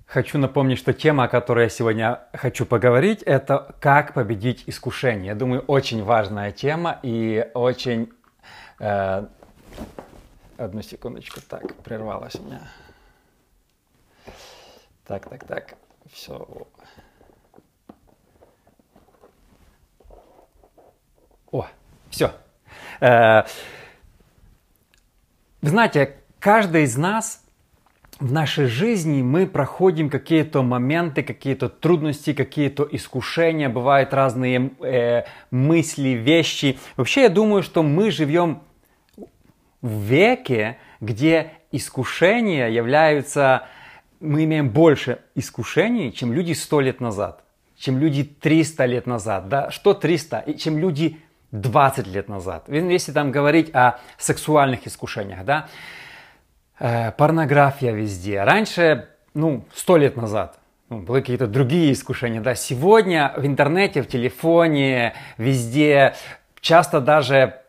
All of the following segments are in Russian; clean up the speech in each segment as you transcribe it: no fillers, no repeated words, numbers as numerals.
Хочу напомнить, что тема, о которой я сегодня хочу поговорить, это как победить искушение. Я думаю, очень важная тема и очень... Одну секундочку, так, прервалась у меня. Так, все. О, все. Вы знаете, каждый из нас в нашей жизни мы проходим какие-то моменты, какие-то трудности, какие-то искушения, бывают разные мысли, вещи. Вообще, я думаю, что мы живем в веке, где искушения являются... Мы имеем больше искушений, чем люди 100 лет назад, чем люди 300 лет назад. Да? Что 300? И чем люди 20 лет назад. Если там говорить о сексуальных искушениях, да? Порнография везде. Раньше, 100 лет назад были какие-то другие искушения. Да? Сегодня в интернете, в телефоне, везде, часто даже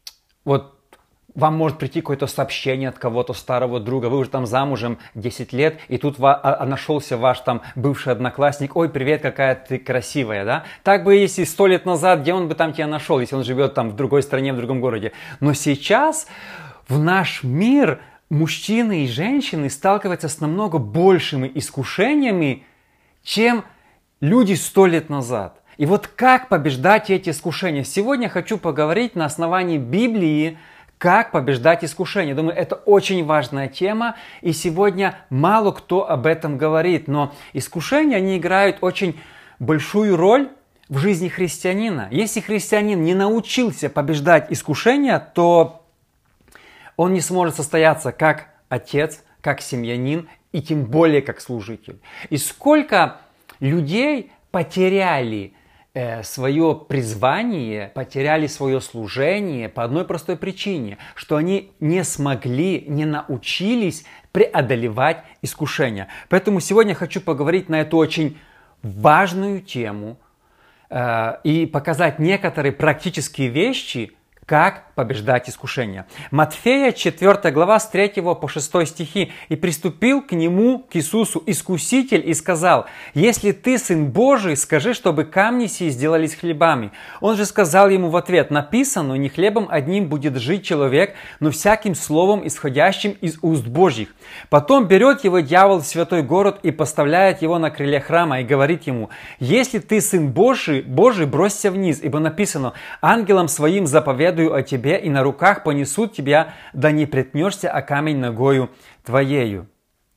вам может прийти какое-то сообщение от кого-то старого друга, вы уже там замужем 10 лет, и тут нашелся ваш там бывший одноклассник, ой, привет, какая ты красивая, да? Так бы, если 100 лет назад, где он бы там тебя нашел, если он живет там в другой стране, в другом городе. Но сейчас в наш мир мужчины и женщины сталкиваются с намного большими искушениями, чем люди 100 лет назад. И вот как побеждать эти искушения? Сегодня хочу поговорить на основании Библии, как побеждать искушение. Думаю, это очень важная тема, и сегодня мало кто об этом говорит. Но искушения, они играют очень большую роль в жизни христианина. Если христианин не научился побеждать искушения, то он не сможет состояться как отец, как семьянин и тем более как служитель. И сколько людей потеряли свое призвание, потеряли свое служение по одной простой причине, что они не смогли, не научились преодолевать искушения. Поэтому сегодня хочу поговорить на эту очень важную тему и показать некоторые практические вещи, как побеждать искушения. Матфея 4 глава с 3 по 6 стихи. «И приступил к нему, к Иисусу, искуситель, и сказал: если ты Сын Божий, скажи, чтобы камни сии сделались хлебами. Он же сказал ему в ответ: написано, не хлебом одним будет жить человек, но всяким словом, исходящим из уст Божьих. Потом берет его дьявол в святой город и поставляет его на крыле храма и говорит ему: если ты Сын Божий, бросься вниз, ибо написано: ангелам своим заповедует о тебе, и на руках понесут тебя, да не приткнешься о камень ногою твоею».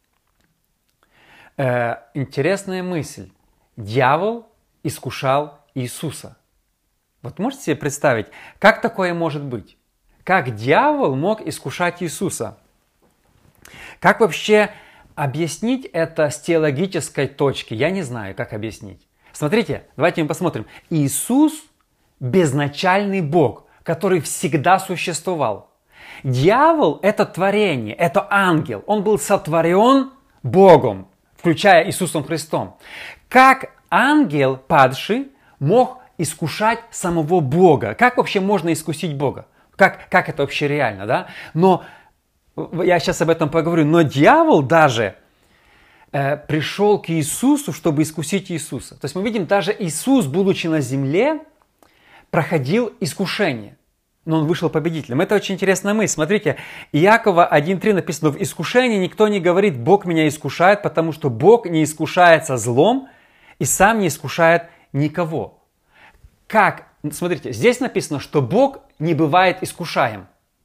Интересная мысль. Дьявол искушал Иисуса. Вот можете себе представить, как такое может быть? Как дьявол мог искушать Иисуса? Как вообще объяснить это с теологической точки? Я не знаю, как объяснить. Смотрите, давайте мы посмотрим. Иисус – безначальный Бог, который всегда существовал. Дьявол – это творение, это ангел. Он был сотворен Богом, включая Иисусом Христом. Как ангел падший мог искушать самого Бога? Как вообще можно искусить Бога? Как это вообще реально, да? Но я сейчас об этом поговорю. Но дьявол даже пришел к Иисусу, чтобы искусить Иисуса. То есть мы видим, даже Иисус, будучи на земле, проходил искушение, но он вышел победителем. Это очень интересная мысль. Смотрите, Иакова 1.3 написано: в искушении никто не говорит: Бог меня искушает, потому что Бог не искушается злом и сам не искушает никого. Как? Смотрите, здесь написано, что Бог не бывает искушаем.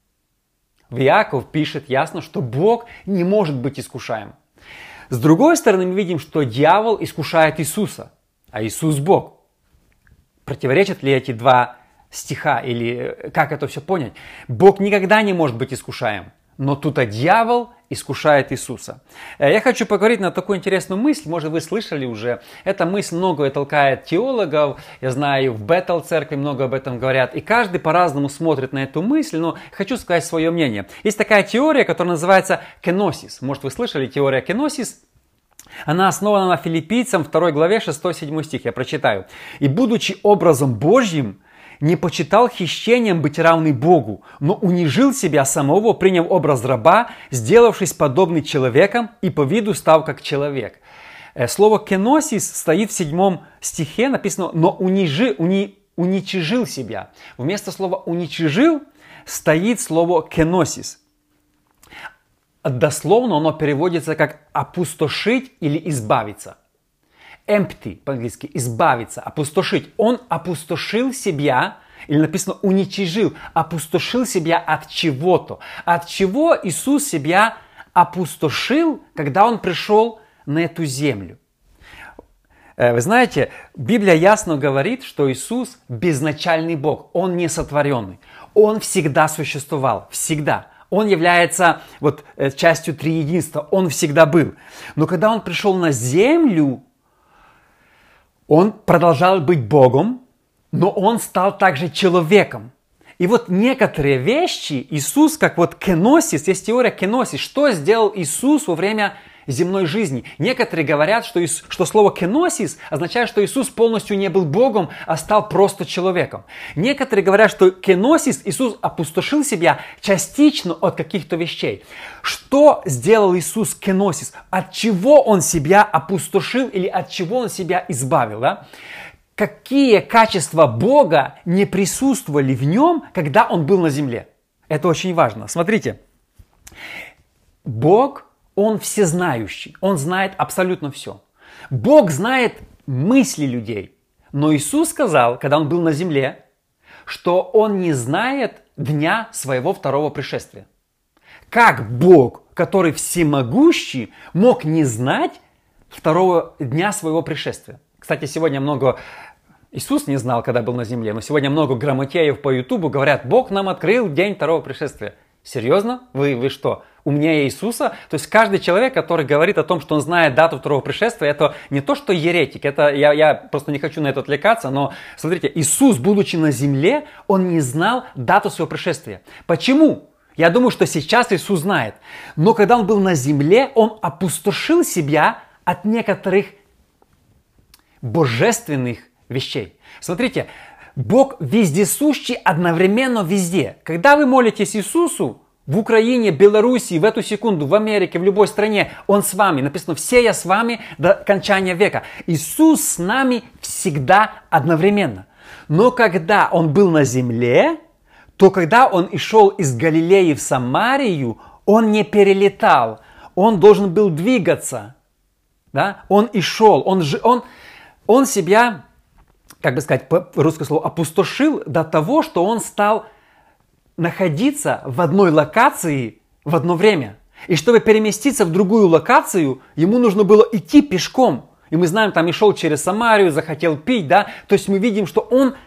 В Иаков пишет ясно, что Бог не может быть искушаем. С другой стороны, мы видим, что дьявол искушает Иисуса, а Иисус Бог. Противоречат ли эти два стиха или как это все понять? Бог никогда не может быть искушаем, но тут дьявол искушает Иисуса. Я хочу поговорить на такую интересную мысль, может, вы слышали уже. Эта мысль много толкает теологов, я знаю, в Бетел церкви много об этом говорят, и каждый по-разному смотрит на эту мысль, но хочу сказать свое мнение. Есть такая теория, которая называется кеносис. Может, вы слышали теория кеносис? Она основана на Филиппийцам 2 главе 6-7 стих. Я прочитаю. «И, будучи образом Божьим, не почитал хищением быть равный Богу, но унижил себя самого, приняв образ раба, сделавшись подобный человеком и по виду стал как человек». Слово «кеносис» стоит в 7 стихе, написано «но уничижил себя». Вместо слова «уничижил» стоит слово «кеносис». Дословно оно переводится как «опустошить» или «избавиться». Empty по-английски, избавиться, опустошить. Он опустошил себя, или написано уничижил, опустошил себя от чего-то. От чего Иисус себя опустошил, когда Он пришел на эту землю? Вы знаете, Библия ясно говорит, что Иисус безначальный Бог, Он не сотворенный. Он всегда существовал, всегда. Он является частью триединства, Он всегда был. Но когда Он пришел на землю, Он продолжал быть Богом, но Он стал также человеком. И вот некоторые вещи Иисус, как кеносис, есть теория кеносис, что сделал Иисус во время земной жизни. Некоторые говорят, что слово кеносис означает, что Иисус полностью не был Богом, а стал просто человеком. Некоторые говорят, что кеносис, Иисус опустошил себя частично от каких-то вещей. Что сделал Иисус кеносис? От чего Он себя опустошил или от чего Он себя избавил? Да? Какие качества Бога не присутствовали в Нем, когда Он был на земле? Это очень важно. Смотрите, Бог, Он всезнающий, Он знает абсолютно все. Бог знает мысли людей. Но Иисус сказал, когда Он был на земле, что Он не знает дня своего второго пришествия. Как Бог, который всемогущий, мог не знать второго дня своего пришествия? Кстати, сегодня Иисус не знал, когда был на земле, но сегодня много грамотеев по Ютубу говорят, Бог нам открыл день второго пришествия. Серьезно? Вы что, умнее Иисуса? То есть каждый человек, который говорит о том, что он знает дату второго пришествия, это не то, что еретик, это я просто не хочу на это отвлекаться, но смотрите, Иисус, будучи на земле, Он не знал дату своего пришествия. Почему? Я думаю, что сейчас Иисус знает. Но когда Он был на земле, Он опустошил себя от некоторых божественных вещей. Смотрите, Бог вездесущий одновременно везде. Когда вы молитесь Иисусу, в Украине, Белоруссии, в эту секунду, в Америке, в любой стране, Он с вами. Написано, все я с вами до кончания века. Иисус с нами всегда одновременно. Но когда Он был на земле, то когда Он и шел из Галилеи в Самарию, Он не перелетал. Он должен был двигаться. Да? Он и шел. Он себя, как бы сказать, русское слово, опустошил до того, что он стал находиться в одной локации в одно время. И чтобы переместиться в другую локацию, ему нужно было идти пешком. И мы знаем, там и шел через Самарию, захотел пить, да. То есть мы видим, что он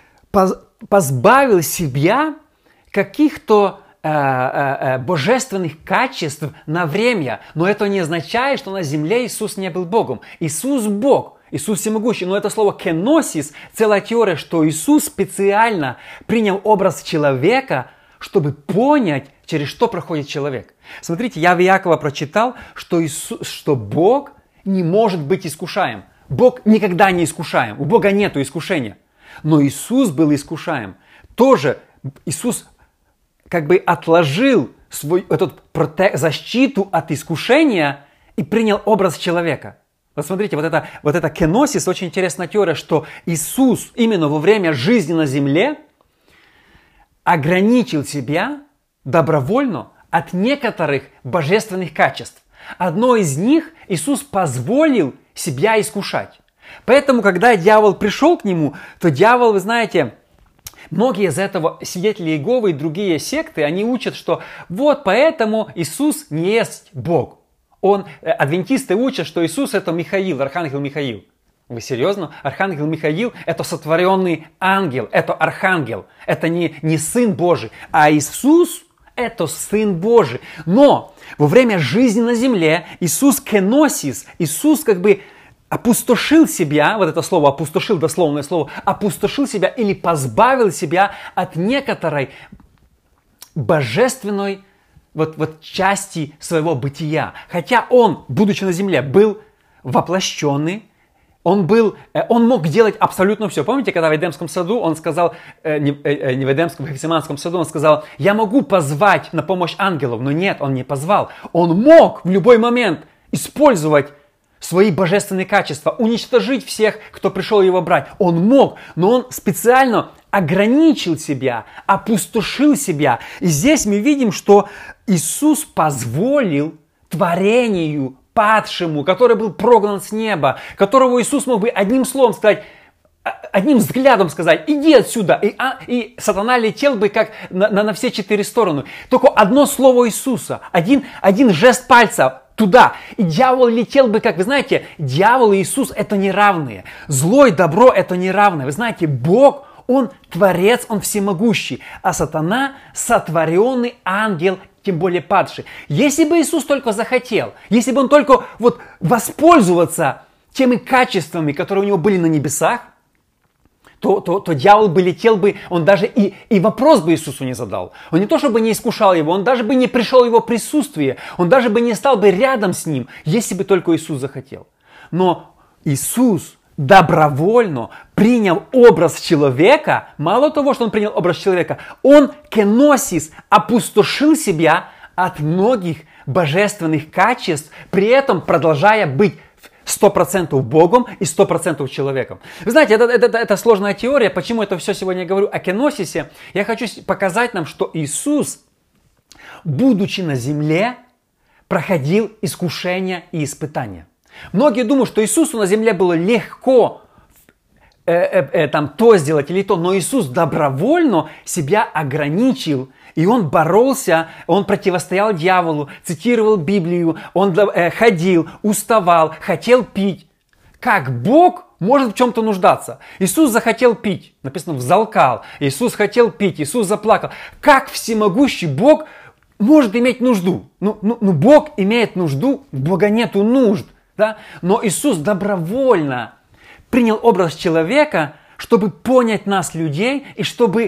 позбавил себя каких-то божественных качеств на время. Но это не означает, что на земле Иисус не был Богом. Иисус Бог. Иисус всемогущий. Но это слово «кеносис» – целая теория, что Иисус специально принял образ человека, чтобы понять, через что проходит человек. Смотрите, я в Иакова прочитал, что Бог не может быть искушаем. Бог никогда не искушаем. У Бога нет искушения. Но Иисус был искушаем. Тоже Иисус как бы отложил защиту от искушения и принял образ человека. Вот смотрите, вот это кеносис, очень интересная теория, что Иисус именно во время жизни на земле ограничил себя добровольно от некоторых божественных качеств. Одно из них Иисус позволил себя искушать. Поэтому, когда дьявол пришел к нему, то дьявол, вы знаете, многие из этого свидетели Иеговы и другие секты, они учат, что вот поэтому Иисус не есть Бог. Адвентисты учат, что Иисус это Михаил, архангел Михаил. Вы серьезно? Архангел Михаил это сотворенный ангел, это архангел. Это не Сын Божий, а Иисус это Сын Божий. Но во время жизни на земле Иисус кеносис, Иисус как бы опустошил себя, вот это слово опустошил, дословное слово, опустошил себя или позбавил себя от некоторой божественной части своего бытия. Хотя он, будучи на земле, был воплощенный, он мог делать абсолютно все. Помните, когда в Эдемском саду он сказал, не в Эдемском, в Гефсиманском саду, он сказал, я могу позвать на помощь ангелов, но нет, он не позвал. Он мог в любой момент использовать свои божественные качества, уничтожить всех, кто пришел его брать. Он мог, но он специально ограничил себя, опустошил себя. И здесь мы видим, что Иисус позволил творению падшему, который был прогнан с неба, которого Иисус мог бы одним словом сказать, одним взглядом сказать, иди отсюда, и сатана летел бы как на все четыре стороны. Только одно слово Иисуса, один жест пальца туда, и дьявол летел бы как, вы знаете, дьявол и Иисус это не равные, зло и добро это не равные. Вы знаете, Бог, Он творец, Он всемогущий, а сатана сотворенный ангел, тем более падший. Если бы Иисус только захотел, если бы Он только воспользоваться теми качествами, которые у Него были на небесах, то дьявол бы летел бы, он даже и вопрос бы Иисусу не задал. Он не то чтобы не искушал его, он даже бы не пришел в его присутствие, он даже бы не стал бы рядом с ним, если бы только Иисус захотел. Но Иисус добровольно принял образ человека, мало того, что он принял образ человека, он кеносис опустошил себя от многих божественных качеств, при этом продолжая быть 100% Богом и 100% человеком. Вы знаете, это сложная теория. Почему это все сегодня я говорю о кеносисе? Я хочу показать нам, что Иисус, будучи на земле, проходил искушения и испытания. Многие думают, что Иисусу на земле было легко то сделать или то, но Иисус добровольно себя ограничил, и Он боролся, Он противостоял дьяволу, цитировал Библию, Он ходил, уставал, хотел пить. Как Бог может в чем-то нуждаться? Иисус захотел пить, написано, взалкал, Иисус хотел пить, Иисус заплакал. Как всемогущий Бог может иметь нужду? Бог имеет нужду, у Бога нету нужд. Да? Но Иисус добровольно принял образ человека, чтобы понять нас, людей, и чтобы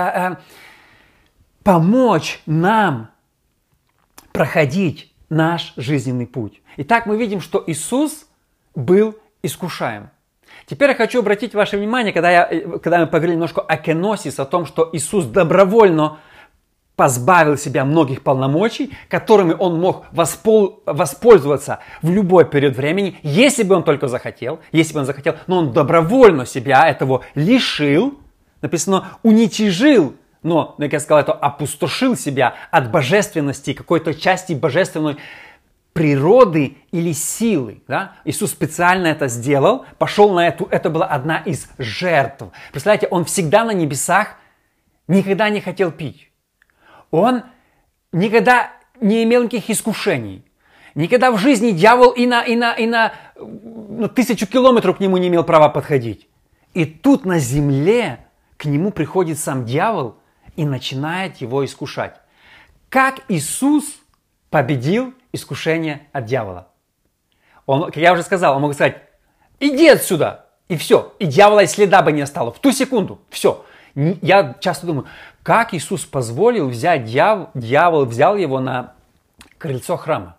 помочь нам проходить наш жизненный путь. Итак, мы видим, что Иисус был искушаем. Теперь я хочу обратить ваше внимание, когда мы поговорили немножко о кеносис, о том, что Иисус добровольно позбавил себя многих полномочий, которыми Он мог воспользоваться в любой период времени, если бы Он только захотел, но Он добровольно себя этого лишил, написано, уничижил, но, как я сказал, это опустошил себя от божественности, какой-то части божественной природы или силы. Да? Иисус специально это сделал, пошел на это была одна из жертв. Представляете, Он всегда на небесах никогда не хотел пить. Он никогда не имел никаких искушений. Никогда в жизни дьявол и на 1000 километров к нему не имел права подходить. И тут на земле к нему приходит сам дьявол и начинает его искушать. Как Иисус победил искушение от дьявола? Он, как я уже сказал, он мог сказать, иди отсюда, и все. И дьявола и следа бы не осталось. В ту секунду, все. Я часто думаю, как Иисус позволил взять дьявол взял его на крыльцо храма?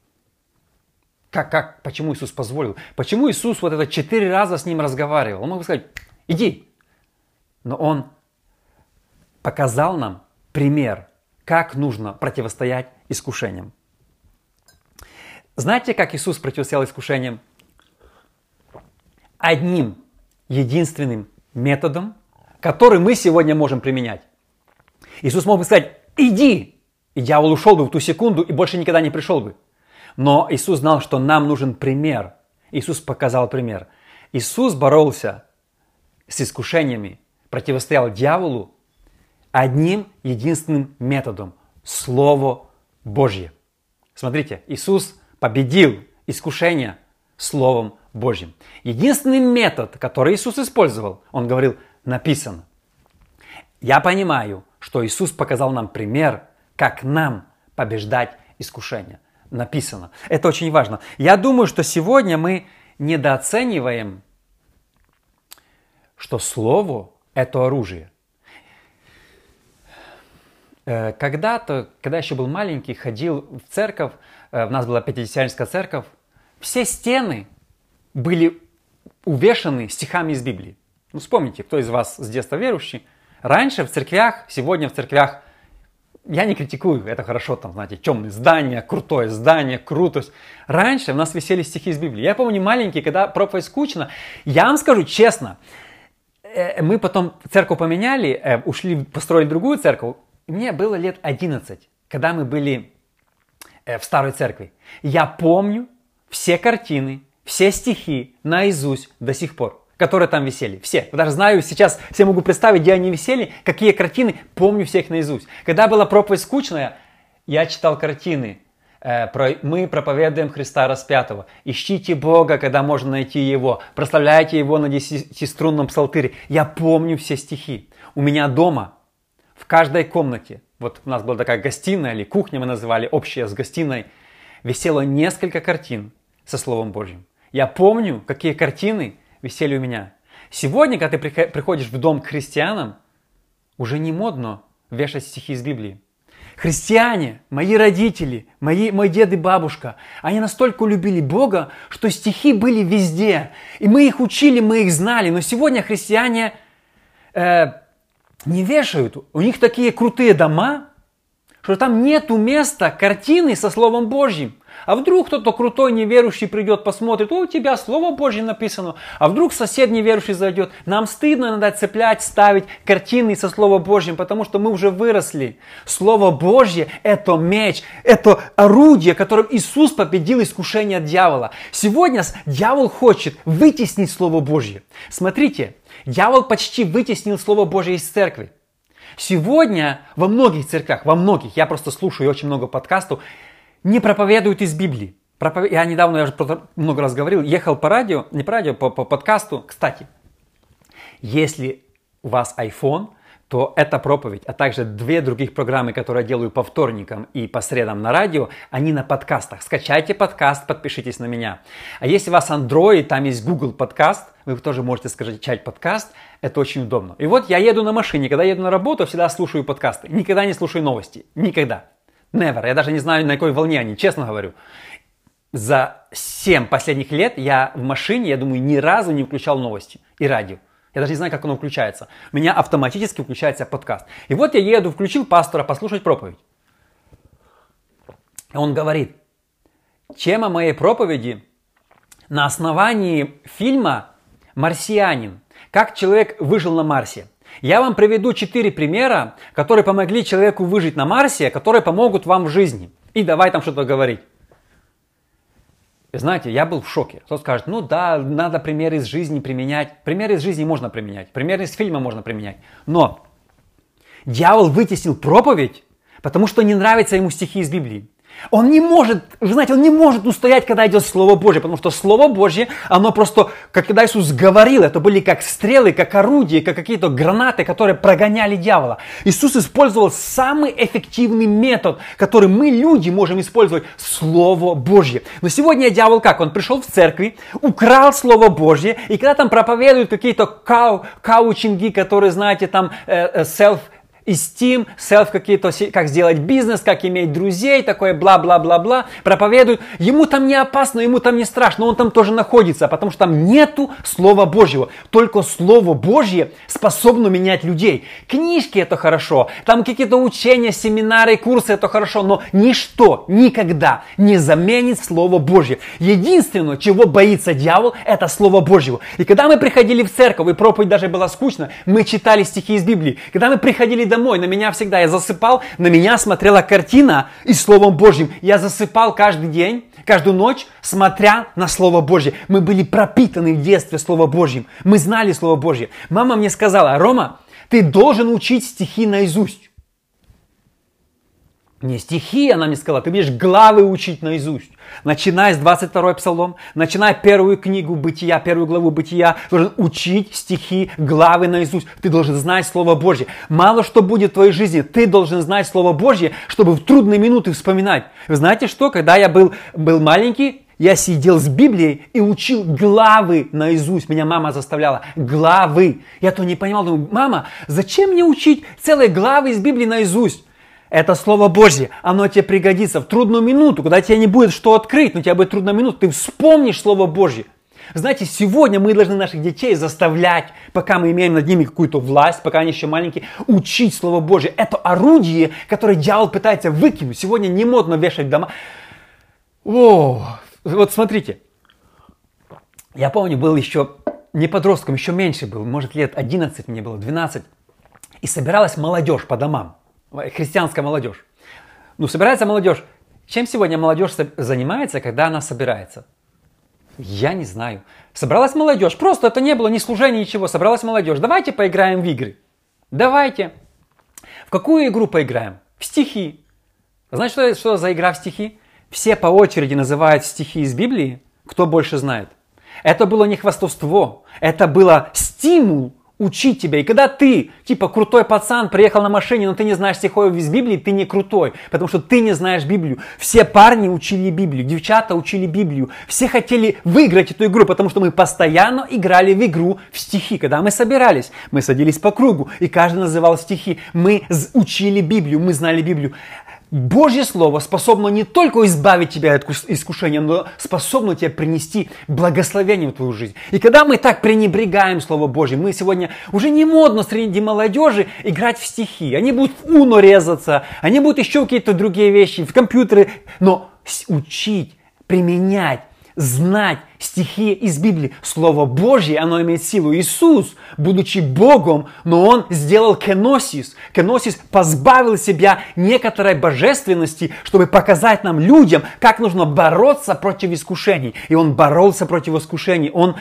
Почему Иисус позволил? Почему Иисус 4 раза с ним разговаривал? Он мог сказать, иди. Но Он показал нам пример, как нужно противостоять искушениям. Знаете, как Иисус противостоял искушениям? Одним единственным методом, который мы сегодня можем применять. Иисус мог бы сказать, иди, и дьявол ушел бы в ту секунду и больше никогда не пришел бы. Но Иисус знал, что нам нужен пример. Иисус показал пример. Иисус боролся с искушениями, противостоял дьяволу одним единственным методом – Слово Божье. Смотрите, Иисус победил искушение Словом Божьим. Единственный метод, который Иисус использовал, Он говорил, написано. Я понимаю, что Иисус показал нам пример, как нам побеждать искушения. Написано. Это очень важно. Я думаю, что сегодня мы недооцениваем, что Слово – это оружие. Когда-то, когда я еще был маленький, ходил в церковь, у нас была Пятидесятническая церковь, все стены были увешаны стихами из Библии. Вспомните, кто из вас с детства верующий. Раньше в церквях, сегодня в церквях я не критикую, это хорошо, там, знаете, темные здания, крутое здание, крутость. Раньше у нас висели стихи из Библии. Я помню маленький, когда проповедь скучно, я вам скажу честно, мы потом церковь поменяли, ушли, построили другую церковь. Мне было лет 11, когда мы были в старой церкви. Я помню все картины, все стихи наизусть до сих пор, которые там висели. Все. Даже знаю сейчас, все могу представить, где они висели, какие картины, помню всех наизусть. Когда была проповедь скучная, я читал картины. Мы проповедуем Христа распятого. Ищите Бога, когда можно найти Его. Прославляйте Его на 10-струнном псалтыре. Я помню все стихи. У меня дома, в каждой комнате, вот у нас была такая гостиная или кухня мы называли, общая с гостиной, висело несколько картин со Словом Божьим. Я помню, какие картины висели у меня. Сегодня, когда ты приходишь в дом к христианам, уже не модно вешать стихи из Библии. Христиане, мои родители, мой дед и бабушка, они настолько любили Бога, что стихи были везде. И мы их учили, мы их знали. Но сегодня христиане не вешают. У них такие крутые дома, что там нету места картины со Словом Божьим. А вдруг кто-то крутой неверующий придет, посмотрит, у тебя Слово Божье написано. А вдруг сосед неверующий зайдет. Нам стыдно иногда цеплять, ставить картины со Словом Божьим, потому что мы уже выросли. Слово Божье – это меч, это орудие, которым Иисус победил искушение дьявола. Сегодня дьявол хочет вытеснить Слово Божье. Смотрите, дьявол почти вытеснил Слово Божье из церкви. Сегодня во многих церквях, я просто слушаю очень много подкастов, не проповедуют из Библии. Я недавно, я уже много раз говорил, ехал по радио, не по радио, по подкасту. Кстати, если у вас iPhone, то эта проповедь, а также 2 других программы, которые я делаю по вторникам и по средам на радио, они на подкастах. Скачайте подкаст, подпишитесь на меня. А если у вас Android, там есть Google подкаст, вы тоже можете скачать подкаст, это очень удобно. И вот я еду на машине, когда еду на работу, всегда слушаю подкасты. Никогда не слушаю новости. Никогда. Never. Я даже не знаю, на какой волне они, честно говорю. За 7 последних лет я в машине, я думаю, ни разу не включал новости и радио. Я даже не знаю, как оно включается. У меня автоматически включается подкаст. И вот я еду, включил пастора послушать проповедь. И он говорит, тема моей проповеди на основании фильма «Марсианин». Как человек выжил на Марсе. Я вам приведу 4 примера, которые помогли человеку выжить на Марсе, которые помогут вам в жизни. И давай там что-то говорить. И знаете, я был в шоке. Кто скажет, ну да, надо примеры из жизни применять. Примеры из жизни можно применять. Примеры из фильма можно применять. Но дьявол вытеснил проповедь, потому что не нравятся ему стихи из Библии. Он не может, вы знаете, он не может устоять, когда идет Слово Божье, потому что Слово Божье, оно просто, как когда Иисус говорил, это были как стрелы, как орудия, как какие-то гранаты, которые прогоняли дьявола. Иисус использовал самый эффективный метод, который мы, люди, можем использовать, Слово Божье. Но сегодня дьявол как? Он пришел в церкви, украл Слово Божье, и когда там проповедуют какие-то каучинги, которые, знаете, там self-esteem, какие-то, как сделать бизнес, как иметь друзей, такое бла-бла-бла-бла, проповедуют. Ему там не опасно, ему там не страшно, он там тоже находится, потому что там нету Слова Божьего. Только Слово Божье способно менять людей. Книжки это хорошо, там какие-то учения, семинары, курсы это хорошо, но ничто никогда не заменит Слово Божье. Единственное, чего боится дьявол, это Слово Божьего. И когда мы приходили в церковь, и проповедь даже была скучна, мы читали стихи из Библии. Когда мы приходили домой, на меня всегда, я засыпал, на меня смотрела картина и Словом Божьим. Я засыпал каждый день, каждую ночь, смотря на Слово Божье. Мы были пропитаны в детстве Словом Божьим. Мы знали Слово Божье. Мама мне сказала, Рома, ты должен учить стихи наизусть. Не стихи, она мне сказала, ты будешь главы учить наизусть. Начиная с 22 псалом, начиная первую книгу Бытия, первую главу Бытия, ты должен учить стихи, главы наизусть. Ты должен знать Слово Божье. Мало что будет в твоей жизни, ты должен знать Слово Божье, чтобы в трудные минуты вспоминать. Вы знаете что? Когда я был маленький, я сидел с Библией и учил главы наизусть. Меня мама заставляла. Главы. Я то не понимал. Думаю, мама, зачем мне учить целые главы из Библии наизусть? Это Слово Божье, оно тебе пригодится в трудную минуту, когда тебе не будет что открыть, но тебе будет трудная минута, ты вспомнишь Слово Божье. Знаете, сегодня мы должны наших детей заставлять, пока мы имеем над ними какую-то власть, пока они еще маленькие, учить Слово Божье. Это орудие, которое дьявол пытается выкинуть. Сегодня не модно вешать дома. О, вот смотрите. Я помню, был еще не подростком, еще меньше был, может лет 11 мне было, 12. И собиралась молодежь по домам, христианская молодежь. Ну, собирается молодежь. Чем сегодня молодежь занимается, когда она собирается? Я не знаю. Собралась молодежь. Просто это не было ни служения, ничего. Собралась молодежь. Давайте поиграем в игры. Давайте. В какую игру поиграем? В стихи. Знаете, что за игра в стихи? Все по очереди называют стихи из Библии. Кто больше знает? Это было не хвастовство. Это было стимул учить тебя. И когда ты, типа крутой пацан, приехал на машине, но ты не знаешь стихов из Библии, ты не крутой, потому что ты не знаешь Библию. Все парни учили Библию, девчата учили Библию. Все хотели выиграть эту игру, потому что мы постоянно играли в игру в стихи. Когда мы собирались, мы садились по кругу, и каждый называл стихи. Мы учили Библию, мы знали Библию. Божье Слово способно не только избавить тебя от искушения, но способно тебе принести благословение в твою жизнь. И когда мы так пренебрегаем Слово Божье, мы сегодня уже не модно среди молодежи играть в стихи. Они будут в Уно резаться, они будут еще какие-то другие вещи, в компьютеры. Но учить, применять, знать стихи из Библии. Слово Божье, оно имеет силу. Иисус, будучи Богом, но Он сделал кеносис. Кеносис позбавил себя некоторой божественности, чтобы показать нам, людям, как нужно бороться против искушений. И Он боролся против искушений. Он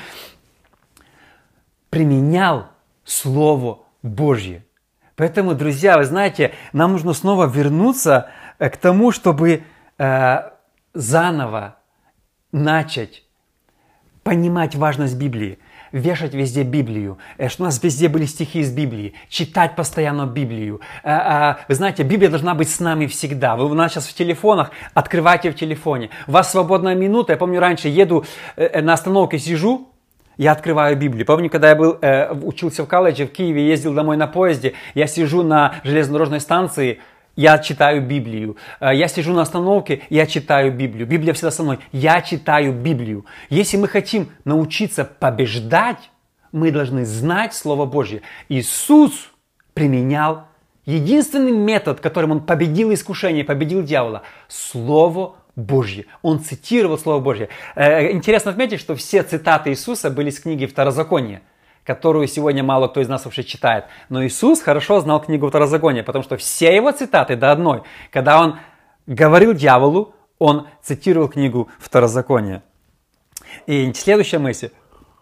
применял Слово Божье. Поэтому, друзья, вы знаете, нам нужно снова вернуться к тому, чтобы заново начать понимать важность Библии, вешать везде Библию, что у нас везде были стихи из Библии, читать постоянно Библию. Вы знаете, Библия должна быть с нами всегда. Вы у нас сейчас в телефонах, открывайте в телефоне. У вас свободная минута. Я помню, раньше еду на остановке, сижу, я открываю Библию. Помню, когда я учился в колледже в Киеве, ездил домой на поезде, я сижу на железнодорожной станции, я читаю Библию. Я сижу на остановке, я читаю Библию. Библия всегда со мной. Я читаю Библию. Если мы хотим научиться побеждать, мы должны знать Слово Божье. Иисус применял единственный метод, которым Он победил искушение, победил дьявола. Слово Божье. Он цитировал Слово Божье. Интересно отметить, что все цитаты Иисуса были из книги Второзакония, которую сегодня мало кто из нас вообще читает. Но Иисус хорошо знал книгу Второзакония, потому что все его цитаты до одной. Когда он говорил дьяволу, он цитировал книгу Второзакония. И следующая мысль.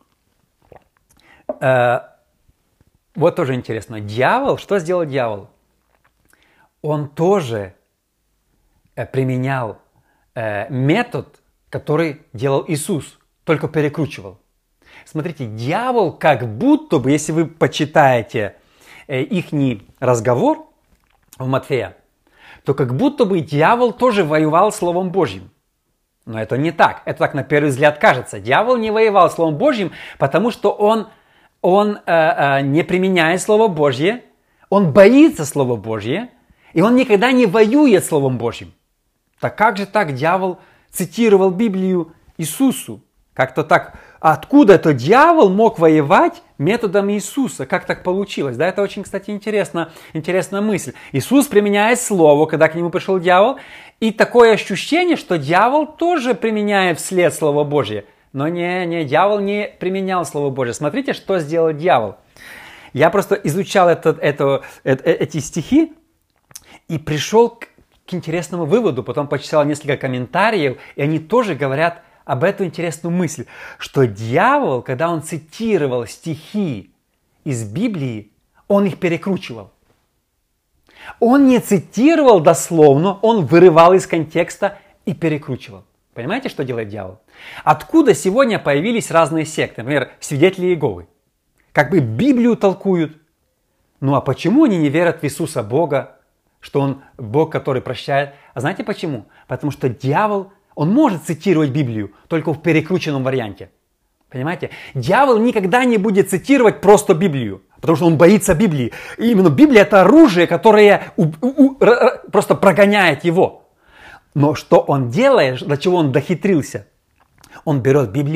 Вот тоже интересно. Дьявол, что сделал дьявол? Он тоже применял метод, который делал Иисус, только перекручивал. Смотрите, дьявол как будто бы, если вы почитаете ихний разговор в Матфея, то как будто бы дьявол тоже воевал Словом Божьим. Но это не так. Это так на первый взгляд кажется. Дьявол не воевал Словом Божьим, потому что он не применяет Слово Божье, он боится Слова Божье, и он никогда не воюет Словом Божьим. Так как же так дьявол цитировал Библию Иисусу? Как-то так, откуда этот дьявол мог воевать методом Иисуса? Как так получилось? Да, это очень, кстати, интересная мысль. Иисус применяет слово, когда к нему пришел дьявол, и такое ощущение, что дьявол тоже применяет вслед Слово Божье. Но дьявол не применял Слово Божье. Смотрите, что сделал дьявол. Я просто изучал эти стихи и пришел к интересному выводу, потом почитал несколько комментариев, и они тоже говорят об эту интересную мысль, что дьявол, когда он цитировал стихи из Библии, он их перекручивал. Он не цитировал дословно, он вырывал из контекста и перекручивал. Понимаете, что делает дьявол? Откуда сегодня появились разные секты? Например, свидетели Иеговы. Как бы Библию толкуют. Ну а почему они не верят в Иисуса Бога, что Он Бог, который прощает? А знаете почему? Потому что дьявол, он может цитировать Библию, только в перекрученном варианте. Понимаете? Дьявол никогда не будет цитировать просто Библию, потому что он боится Библии. И именно Библия – это оружие, которое просто прогоняет его. Но что он делает, до чего он дохитрился? Он берет Библию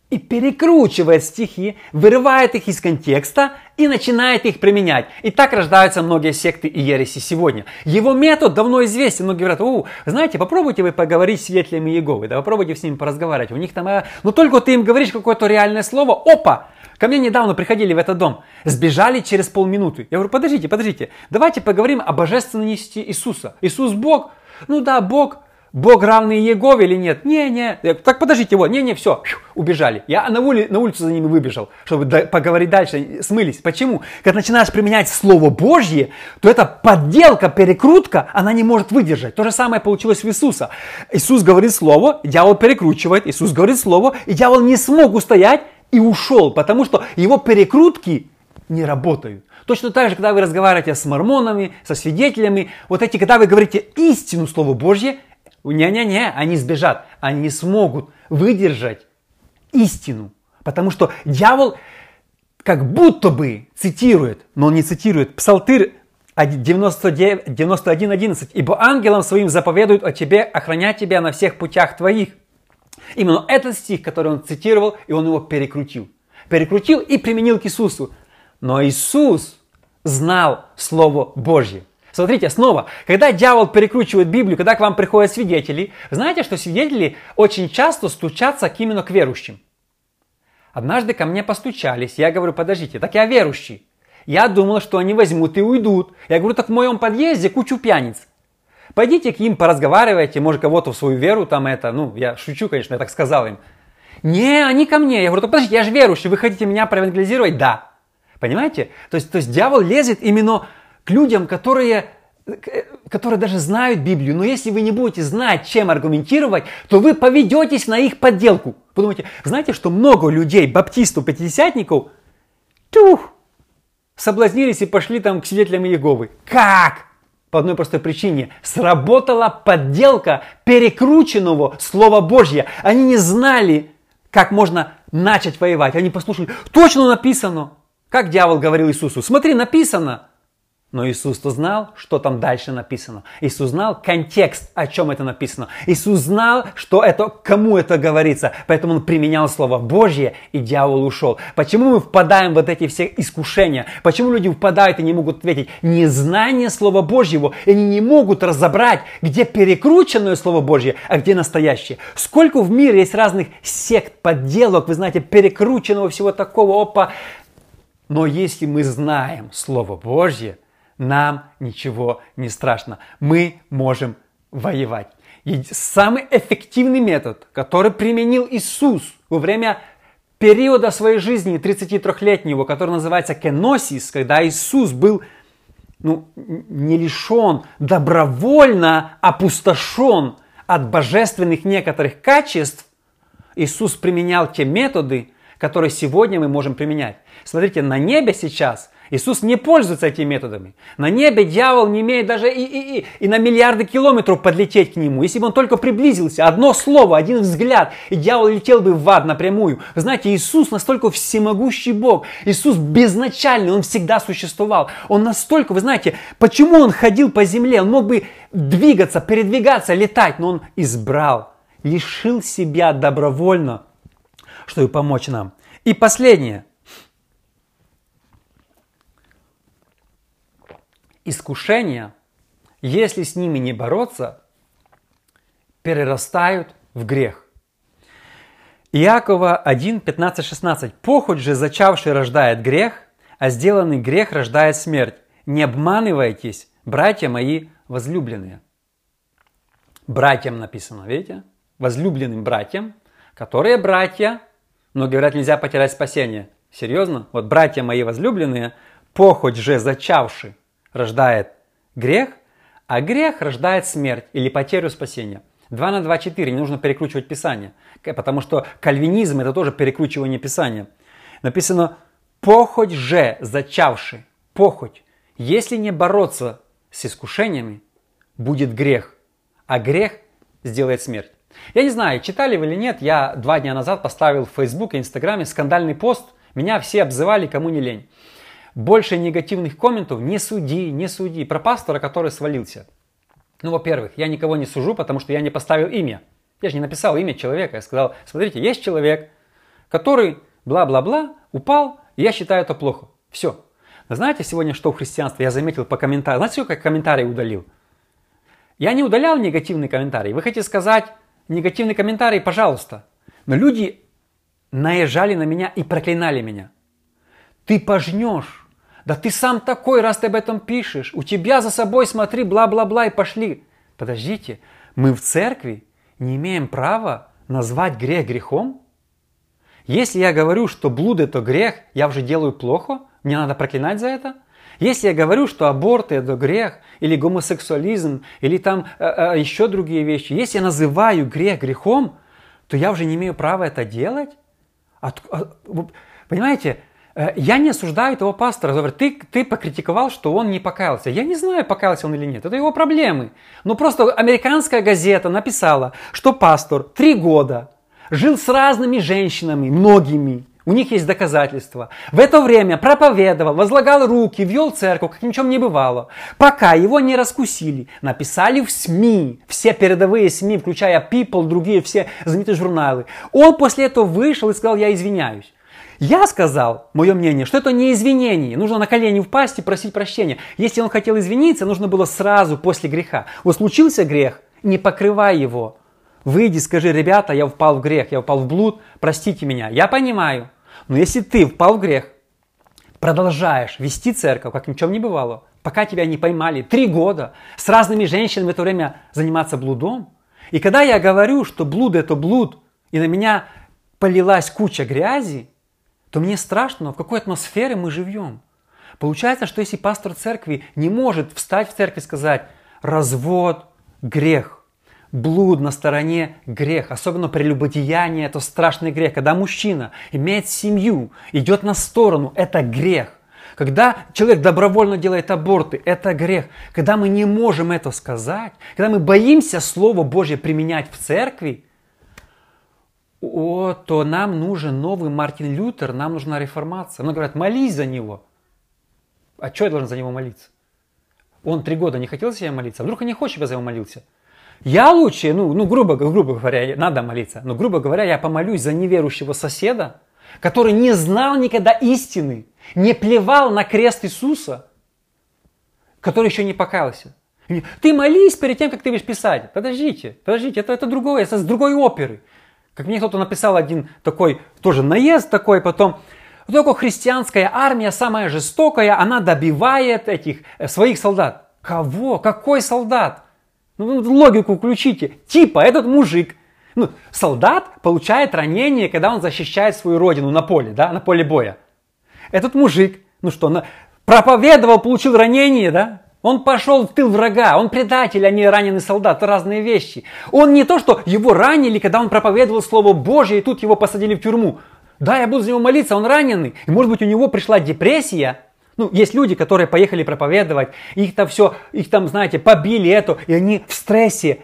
и перекручивает стихи, вырывает их из контекста и начинает их применять. И так рождаются многие секты и ереси сегодня. Его метод давно известен. Многие говорят: знаете, попробуйте вы поговорить с свидетелями Иеговы, да попробуйте с ними поразговаривать. У них там, но только ты им говоришь какое-то реальное слово, опа! Ко мне недавно приходили в этот дом, сбежали через полминуты. Я говорю: подождите, давайте поговорим о божественности Иисуса. Иисус Бог? Ну да, Бог. Бог равный Иегове или нет? Не. Так подождите, все, убежали. Я на улицу за ними выбежал, чтобы поговорить дальше, смылись. Почему? Когда начинаешь применять Слово Божье, то эта подделка, перекрутка, она не может выдержать. То же самое получилось у Иисуса. Иисус говорит слово, дьявол перекручивает, Иисус говорит слово, и дьявол не смог устоять и ушел, потому что его перекрутки не работают. Точно так же, когда вы разговариваете с мормонами, со свидетелями, когда вы говорите истину Слова Божье, они сбежат, они не смогут выдержать истину, потому что дьявол как будто бы цитирует, но он не цитирует Псалтырь 91:11, ибо ангелам своим заповедуют о тебе, охранять тебя на всех путях твоих. Именно этот стих, который он цитировал, и он его перекрутил и применил к Иисусу. Но Иисус знал Слово Божье. Смотрите, снова, когда дьявол перекручивает Библию, когда к вам приходят свидетели, знаете, что свидетели очень часто стучатся именно к верующим. Однажды ко мне постучались, я говорю: подождите, так я верующий. Я думал, что они возьмут и уйдут. Я говорю: так в моем подъезде кучу пьяниц. Пойдите к ним, поразговаривайте, может кого-то в свою веру я шучу, конечно, я так сказал им. Не, они ко мне. Я говорю: так подождите, я же верующий, вы хотите меня проевангелизировать? Да. Понимаете? То есть дьявол лезет именно к людям, которые даже знают Библию, но если вы не будете знать, чем аргументировать, то вы поведетесь на их подделку. Подумайте, знаете, что много людей, баптистов, пятидесятников, соблазнились и пошли к свидетелям Иеговы. Как? По одной простой причине. Сработала подделка перекрученного Слова Божьего. Они не знали, как можно начать воевать. Они послушали: точно написано. Как дьявол говорил Иисусу: смотри, написано. Но Иисус-то знал, что там дальше написано. Иисус знал контекст, о чем это написано. Иисус знал, кому это говорится. Поэтому Он применял Слово Божье, и дьявол ушел. Почему мы впадаем в эти все искушения? Почему люди впадают и не могут ответить? Незнание Слова Божьего. И они не могут разобрать, где перекрученное Слово Божье, а где настоящее. Сколько в мире есть разных сект, подделок, вы знаете, перекрученного всего такого. Но если мы знаем Слово Божье, нам ничего не страшно. Мы можем воевать. И самый эффективный метод, который применил Иисус во время периода своей жизни 33-летнего, который называется кеносис, когда Иисус был не лишен, добровольно опустошен от божественных некоторых качеств, Иисус применял те методы, которые сегодня мы можем применять. Смотрите, на небе сейчас Иисус не пользуется этими методами. На небе дьявол не имеет даже и на миллиарды километров подлететь к нему. Если бы он только приблизился, одно слово, один взгляд, и дьявол летел бы в ад напрямую. Вы знаете, Иисус настолько всемогущий Бог. Иисус безначальный, Он всегда существовал. Он настолько, вы знаете, почему Он ходил по земле? Он мог бы двигаться, передвигаться, летать, но Он лишил себя добровольно, чтобы помочь нам. И последнее. Искушения, если с ними не бороться, перерастают в грех. Иакова 1, 15-16. «Похоть же зачавший рождает грех, а сделанный грех рождает смерть. Не обманывайтесь, братья мои возлюбленные». Братьям написано, видите? Возлюбленным братьям, которые братья, но говорят, нельзя потерять спасение. Серьезно? Вот братья мои возлюбленные, похоть же зачавший рождает грех, а грех рождает смерть или потерю спасения. 2 на 2 – 4, не нужно перекручивать Писание, потому что кальвинизм – это тоже перекручивание Писания. Написано «похоть же зачавший». Похоть. Если не бороться с искушениями, будет грех, а грех сделает смерть. Я не знаю, читали вы или нет, я 2 дня назад поставил в Facebook и Инстаграме скандальный пост, меня все обзывали, кому не лень. Больше негативных комментов не суди, про пастора, который свалился. Во-первых, я никого не сужу, потому что я не поставил имя. Я же не написал имя человека, я сказал, смотрите, есть человек, который бла-бла-бла упал, и я считаю это плохо. Все. Вы знаете сегодня, что в христианстве я заметил по комментариям? Знаете, сколько я комментарий удалил? Я не удалял негативные комментарии. Вы хотите сказать негативный комментарий, пожалуйста. Но люди наезжали на меня и проклинали меня. Ты пожнешь. Да ты сам такой, раз ты об этом пишешь. У тебя за собой смотри, бла-бла-бла, и пошли. Подождите, мы в церкви не имеем права назвать грех грехом? Если я говорю, что блуд это грех, я уже делаю плохо, мне надо проклинать за это? Если я говорю, что аборт это грех, или гомосексуализм, или там еще другие вещи, если я называю грех грехом, то я уже не имею права это делать? Понимаете, я не осуждаю этого пастора. Говорю, ты покритиковал, что он не покаялся. Я не знаю, покаялся он или нет. Это его проблемы. Но просто американская газета написала, что пастор 3 года жил с разными женщинами, многими. У них есть доказательства. В это время проповедовал, возлагал руки, вел церковь, как ни в чем не бывало. Пока его не раскусили. Написали в СМИ, все передовые СМИ, включая People, другие все знаменитые журналы. Он после этого вышел и сказал, я извиняюсь. Я сказал, мое мнение, что это не извинение. Нужно на колени упасть и просить прощения. Если он хотел извиниться, нужно было сразу после греха. Вот случился грех, не покрывай его. Выйди, скажи, ребята, я впал в грех, я впал в блуд, простите меня. Я понимаю. Но если ты впал в грех, продолжаешь вести церковь, как ни в чем не бывало, пока тебя не поймали 3 года, с разными женщинами в это время заниматься блудом. И когда я говорю, что блуд это блуд, и на меня полилась куча грязи, то мне страшно, в какой атмосфере мы живем. Получается, что если пастор церкви не может встать в церковь и сказать развод, грех, блуд на стороне грех, особенно прелюбодеяние, это страшный грех. Когда мужчина имеет семью, идет на сторону, это грех. Когда человек добровольно делает аборты, это грех. Когда мы не можем это сказать, когда мы боимся Слово Божье применять в церкви, то нам нужен новый Мартин Лютер, нам нужна реформация. Многие говорят, молись за него. А что я должен за него молиться? Он 3 года не хотел за себя молиться, а вдруг он не хочет, чтобы я за него молился? Я лучше, грубо говоря, надо молиться, но грубо говоря, я помолюсь за неверующего соседа, который не знал никогда истины, не плевал на крест Иисуса, который еще не покаялся. Ты молись перед тем, как ты будешь писать. Подождите, это другое, это с другой оперы. Как мне кто-то написал один такой, тоже наезд такой, потом, только христианская армия самая жестокая, она добивает этих своих солдат. Кого? Какой солдат? Логику включите. Типа этот мужик. Солдат получает ранение, когда он защищает свою родину на поле, да, на поле боя. Этот мужик, проповедовал, получил ранение, да? Он пошел в тыл врага, он предатель, а не раненый солдат, это разные вещи. Он не то, что его ранили, когда он проповедовал Слово Божье, и тут его посадили в тюрьму. Да, я буду за него молиться, он раненый. И может быть у него пришла депрессия. Есть люди, которые поехали проповедовать, их там, знаете, побили и они в стрессе.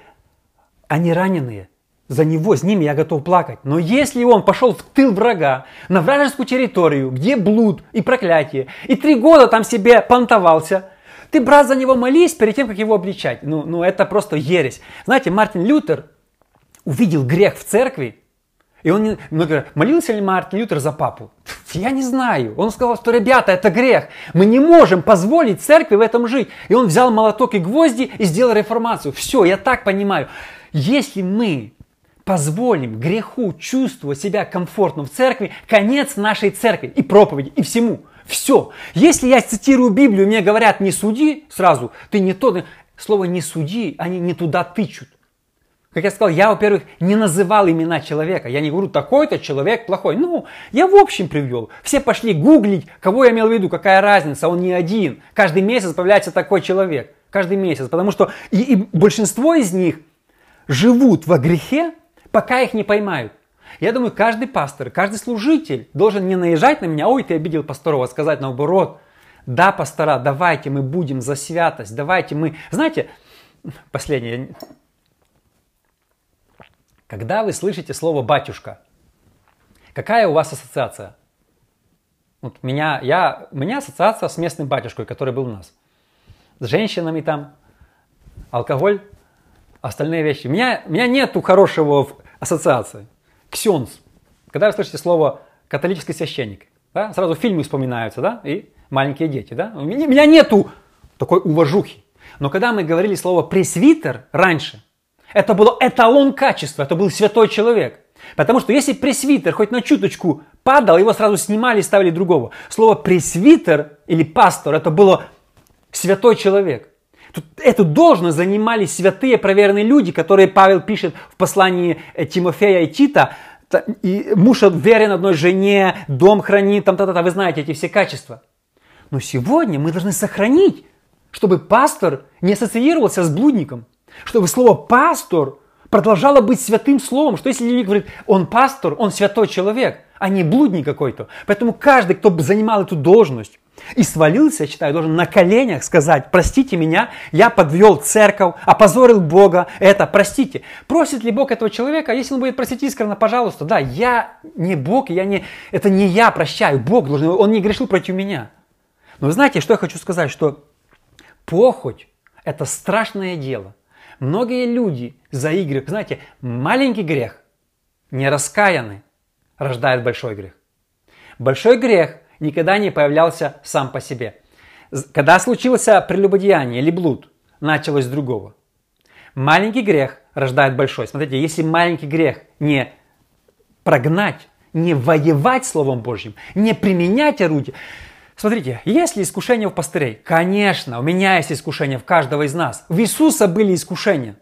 Они раненые. За него, с ними я готов плакать. Но если он пошел в тыл врага, на вражескую территорию, где блуд и проклятие, и 3 года там себе понтовался, ты, брат, за него молись перед тем, как его обличать. Это просто ересь. Знаете, Мартин Лютер увидел грех в церкви, и он говорит, молился ли Мартин Лютер за папу? Я не знаю. Он сказал, что, ребята, это грех. Мы не можем позволить церкви в этом жить. И он взял молоток и гвозди и сделал реформацию. Все, я так понимаю. Если мы позволим греху чувствовать себя комфортно в церкви, конец нашей церкви и проповеди, и всему. Все. Если я цитирую Библию, мне говорят, не суди сразу, ты не то. Слово не суди, они не туда тычут. Как я сказал, я, во-первых, не называл имена человека. Я не говорю, такой-то человек плохой. Я в общем привел. Все пошли гуглить, кого я имел в виду, какая разница, он не один. Каждый месяц появляется такой человек. Каждый месяц. Потому что и большинство из них живут во грехе, пока их не поймают. Я думаю, каждый пастор, каждый служитель должен не наезжать на меня, ой, ты обидел пасторов, а сказать наоборот, да, пастора, давайте мы будем за святость, давайте мы... Знаете, последнее. Когда вы слышите слово «батюшка», какая у вас ассоциация? У меня ассоциация с местным батюшкой, который был у нас. С женщинами там, алкоголь, остальные вещи. У меня нету хорошего ассоциации. Ксенц. Когда вы слышите слово католический священник, да, сразу фильмы вспоминаются, да, и маленькие дети, да. У меня нету такой уважухи. Но когда мы говорили слово пресвитер раньше, это был эталон качества, это был святой человек. Потому что если пресвитер хоть на чуточку падал, его сразу снимали и ставили другого. Слово пресвитер или пастор, это было святой человек. Эту должность занимали святые проверенные люди, которые Павел пишет в послании Тимофея и Тита. И муж верен одной жене, дом хранит, вы знаете эти все качества. Но сегодня мы должны сохранить, чтобы пастор не ассоциировался с блудником. Чтобы слово «пастор» продолжало быть святым словом. Что если люди говорят, он пастор, он святой человек, а не блудник какой-то. Поэтому каждый, кто занимал эту должность и свалился, я считаю, должен на коленях сказать: простите меня, я подвел церковь, опозорил Бога, это простите. Просит ли Бог этого человека? Если он будет просить искренне, пожалуйста, да, я не Бог, это не я прощаю, Бог должен, он не грешил против меня. Но вы знаете, что я хочу сказать, что похоть – это страшное дело. Многие люди заигрывают. Знаете, маленький грех, нераскаянный, рождает большой грех. Большой грех никогда не появлялся сам по себе. Когда случился прелюбодеяние или блуд, началось с другого. Маленький грех рождает большой. Смотрите, если маленький грех не прогнать, не воевать Словом Божьим, не применять орудие. Смотрите, есть ли искушения у пастырей? Конечно, у меня есть искушения, в каждого из нас. В Иисуса были искушения.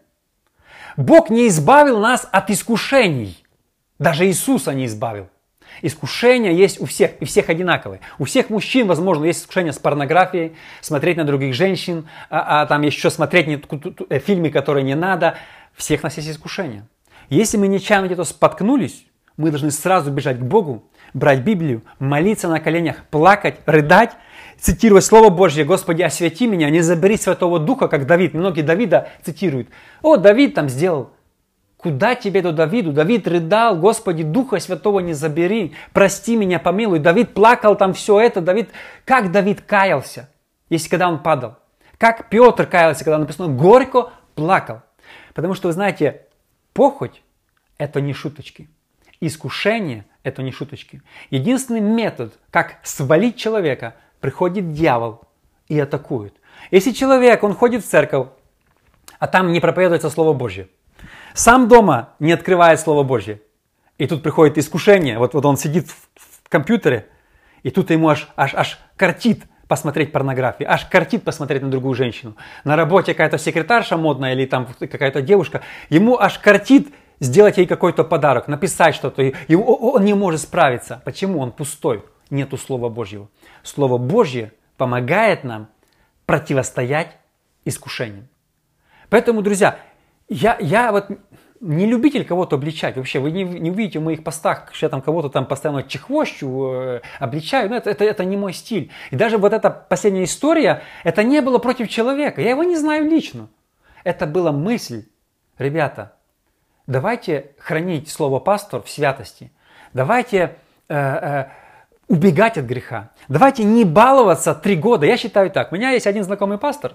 Бог не избавил нас от искушений. Даже Иисуса не избавил. Искушения есть у всех, и всех одинаковые. У всех мужчин, возможно, есть искушения с порнографией, смотреть на других женщин, там еще смотреть фильмы, которые не надо. Всех нас есть искушения. Если мы нечаянно где-то споткнулись, мы должны сразу бежать к Богу, брать Библию, молиться на коленях, плакать, рыдать, цитировать Слово Божье: «Господи, освяти меня, не забери Святого Духа», как Давид. Многие Давида цитируют. О, Давид там сделал. Куда тебе до Давиду? Давид рыдал: «Господи, Духа Святого не забери, прости меня, помилуй». Давид плакал там все это. Как Давид каялся, если когда он падал? Как Петр каялся, когда написано «горько плакал». Потому что, вы знаете, похоть – это не шуточки. Искушение – это не шуточки. Единственный метод, как свалить человека, приходит дьявол и атакует. Если человек, он ходит в церковь, а там не проповедуется Слово Божье, сам дома не открывает Слово Божье, и тут приходит искушение, вот он сидит в компьютере, и тут ему аж кортит посмотреть порнографию, аж кортит посмотреть на другую женщину. На работе какая-то секретарша модная или там какая-то девушка, ему аж кортит сделать ей какой-то подарок, написать что-то, и он не может справиться. Почему? Он пустой, нету Слова Божьего. Слово Божье помогает нам противостоять искушениям. Поэтому, друзья, я вот не любитель кого-то обличать. Вообще, вы не увидите в моих постах, что я там кого-то там постоянно чехвощу, обличаю. Но это не мой стиль. И даже вот эта последняя история, это не было против человека. Я его не знаю лично. Это была мысль. Ребята, давайте хранить слово «пастор» в святости. Давайте убегать от греха. Давайте не баловаться 3 года. Я считаю так. У меня есть один знакомый пастор,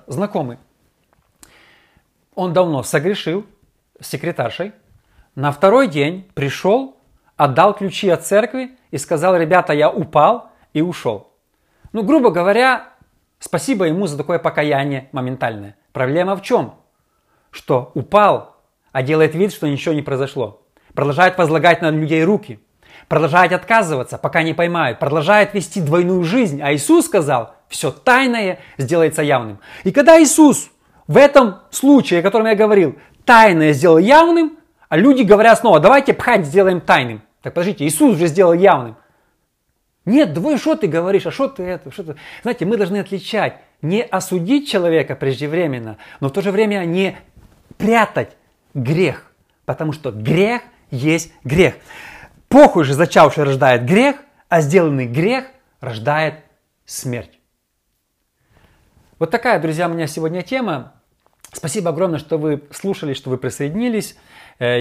Он давно согрешил с секретаршей. На 2-й день пришел, отдал ключи от церкви и сказал: ребята, я упал, и ушел. Грубо говоря, спасибо ему за такое покаяние моментальное. Проблема в чем? Что упал, а делает вид, что ничего не произошло. Продолжает возлагать на людей руки. Продолжает отказываться, пока не поймают. Продолжает вести двойную жизнь. А Иисус сказал: все тайное сделается явным. И когда Иисус в этом случае, о котором я говорил, тайное сделал явным, а люди говорят снова: давайте пхать сделаем тайным. Так подождите, Иисус же сделал явным. Нет, что ты говоришь, а что ты это? Знаете, мы должны отличать, не осудить человека преждевременно, но в то же время не прятать грех, потому что грех есть грех. Похоть же зачавший рождает грех, а сделанный грех рождает смерть. Вот такая, друзья, у меня сегодня тема. Спасибо огромное, что вы слушали, что вы присоединились.